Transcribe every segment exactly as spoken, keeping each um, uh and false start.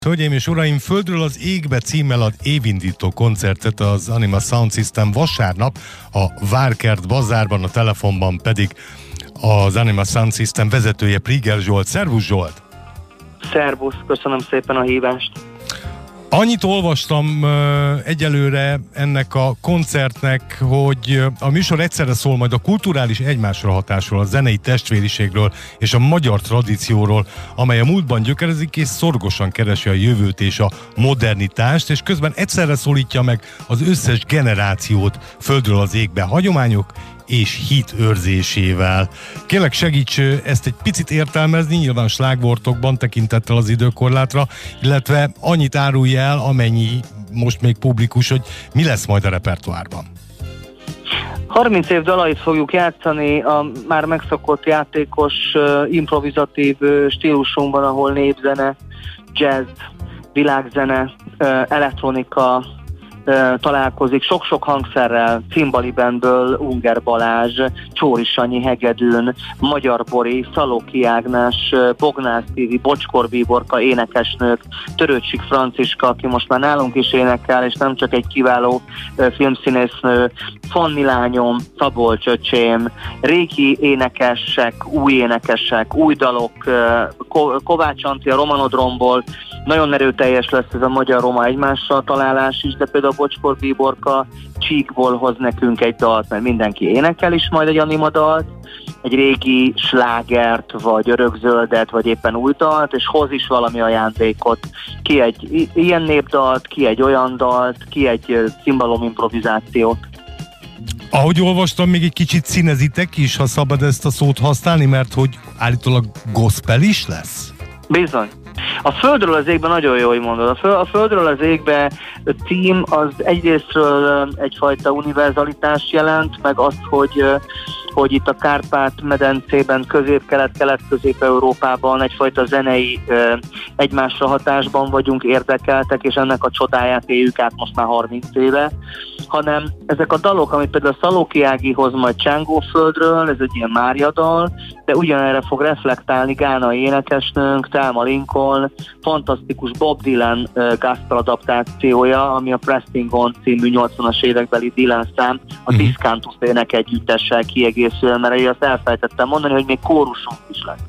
Hölgyeim és uraim, Földről az égbe címmel ad évindító koncertet az Anima Sound System vasárnap a Várkert bazárban, a telefonban pedig az Anima Sound System vezetője, Priger Zsolt. Szervusz Zsolt! Szervusz, köszönöm szépen a hívást! Annyit olvastam uh, egyelőre ennek a koncertnek, hogy a műsor egyszerre szól majd a kulturális egymásra hatásról, a zenei testvériségről és a magyar tradícióról, amely a múltban gyökerezik és szorgosan keresi a jövőt és a modernitást, és közben egyszerre szólítja meg az összes generációt Földről az égbe hagyományok és hit őrzésével. Kérlek, segíts ezt egy picit értelmezni, nyilván slágvortokban tekintettel az időkorlátra, illetve annyit árulj el, amennyi most még publikus, hogy mi lesz majd a repertoárban. harminc év dalait fogjuk játszani a már megszokott játékos, improvizatív stílusunkban, ahol népzene, jazz, világzene, elektronika találkozik, sok-sok hangszerrel, Cimbali Bandből Unger Balázs, Csóri Sanyi hegedűn, Magyar Bori, Szalóki Ágnes, Bognár Szívi, Bocskor Bíborka énekesnők, Törőcsik Franciska, aki most már nálunk is énekel, és nem csak egy kiváló filmszínésznő, Fanni lányom, Szabolcs öcsém, régi énekesek, új énekesek, új dalok, Kovács Antti a Romanodromból, nagyon erőteljes lesz ez a magyar-roma egymással találás is, de például Bocskor Bíborka Csíkból hoz nekünk egy dalt, mert mindenki énekel is majd egy anima dalt, egy régi slágert, vagy örökzöldet, vagy éppen új dalt, és hoz is valami ajándékot. Ki egy ilyen népdalt, ki egy olyan dalt, ki egy cimbalom improvizációt. Ahogy olvastam, még egy kicsit színezitek is, ha szabad ezt a szót használni, mert hogy állítólag gospel is lesz? Bizony. A Földről az égben nagyon jó, hogy mondod. A, föl, a Földről az égbe cím az egyrésztről egyfajta univerzalitást jelent, meg azt, hogy, hogy itt a Kárpát-medencében, közép-kelet-kelet-közép-európában egyfajta zenei egymásra hatásban vagyunk érdekeltek, és ennek a csodáját éljük át most már harminc éve, hanem ezek a dalok, amit például Szalóki Ági hoz majd Csángóföldről, ez egy ilyen Mária dal, de ugyanerre fog reflektálni Gánai énekesnőnk, Thelma Lincoln, fantasztikus Bob Dylan uh, gospel adaptációja, ami a Pressing On című nyolcvanas évekbeli Dylan szám, a mm-hmm. Discantus ének együttessel kiegészül, mert én azt elfelejtettem mondani, hogy még kórusunk is lesz.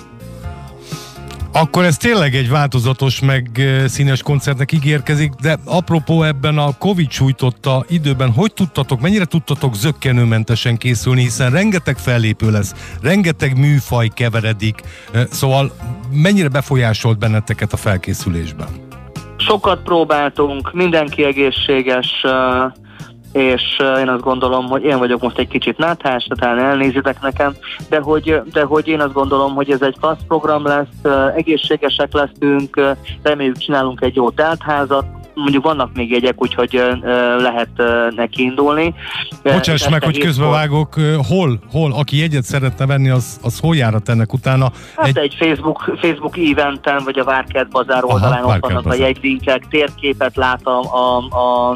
Akkor ez tényleg egy változatos, meg színes koncertnek ígérkezik, de apropó ebben a Covid sújtotta időben, hogy tudtatok, mennyire tudtatok zökkenőmentesen készülni, hiszen rengeteg fellépő lesz, rengeteg műfaj keveredik, szóval mennyire befolyásolt benneteket a felkészülésben? Sokat próbáltunk, mindenki egészséges, és én azt gondolom, hogy én vagyok most egy kicsit náthás, talán elnézitek nekem, de hogy, de hogy én azt gondolom, hogy ez egy klassz program lesz, egészségesek leszünk, reméljük csinálunk egy jó teltházat, mondjuk vannak még jegyek, úgyhogy lehet neki indulni. Bocsáss meg, hogy közbevágok, hol, hol, aki jegyet szeretne venni, az, az hol járat ennek utána? Hát egy, egy Facebook, Facebook eventen, vagy a Várkert bazár oldalán ott vannak a jegylinkek, térképet lát a, a, a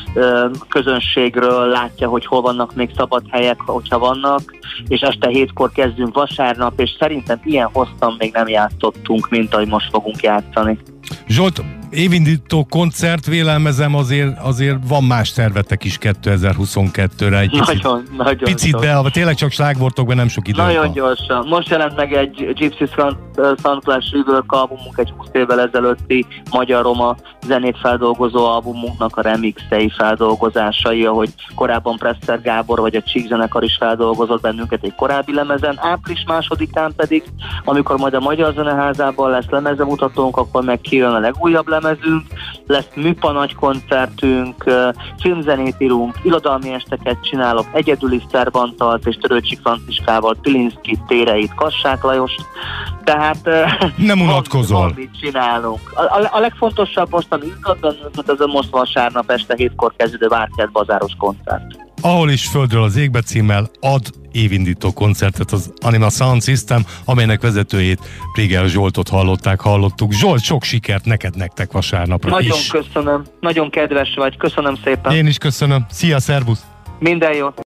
közönségről, látja, hogy hol vannak még szabad helyek, hogyha vannak, és este hétkor kezdünk vasárnap, és szerintem ilyen hosszan még nem játszottunk, mint ahogy most fogunk játszani. Zsolt, évindító koncert, vélelmezem azért, azért van más tervetek is kétezer-huszonkettőre. Egy picit, nagyon, nagyon picit be, tényleg csak slágvortokban nem sok idő. Nagyon van. Gyorsan. Most jelent meg egy Gypsy Sunclash Rework albumunk, egy húsz évvel ezelőtti magyar-roma zenét feldolgozó albumunknak a remixei feldolgozásai, ahogy korábban Presser Gábor vagy a Csík zenekar is feldolgozott bennünket egy korábbi lemezen. Április másodikán pedig, amikor majd a Magyar Zeneházában lesz lemezemutatónk, akkor meg kijön a legújabb lemezünk, lesz műpa nagy koncertünk, filmzenét írunk, irodalmi esteket csinálok, egyedüli Szerbantalt és Törőcsik Franciskával, Pilinszki Téreit, Kassák Lajost, tehát nem unatkozol. Van, mit csinálunk. A, a, a legfontosabb most, ami izgat bennünket, az a most vasárnap este hétkor kezdődő Várkert bazáros koncert. Ahol is Földről az égbe címmel ad évindító koncertet az Anima Sound System, amelynek vezetőjét, Priger Zsoltot hallották, hallottuk. Zsolt, sok sikert neked, nektek vasárnapra nagyon is. Nagyon köszönöm, nagyon kedves vagy, köszönöm szépen. Én is köszönöm. Szia, szervusz! Minden jót!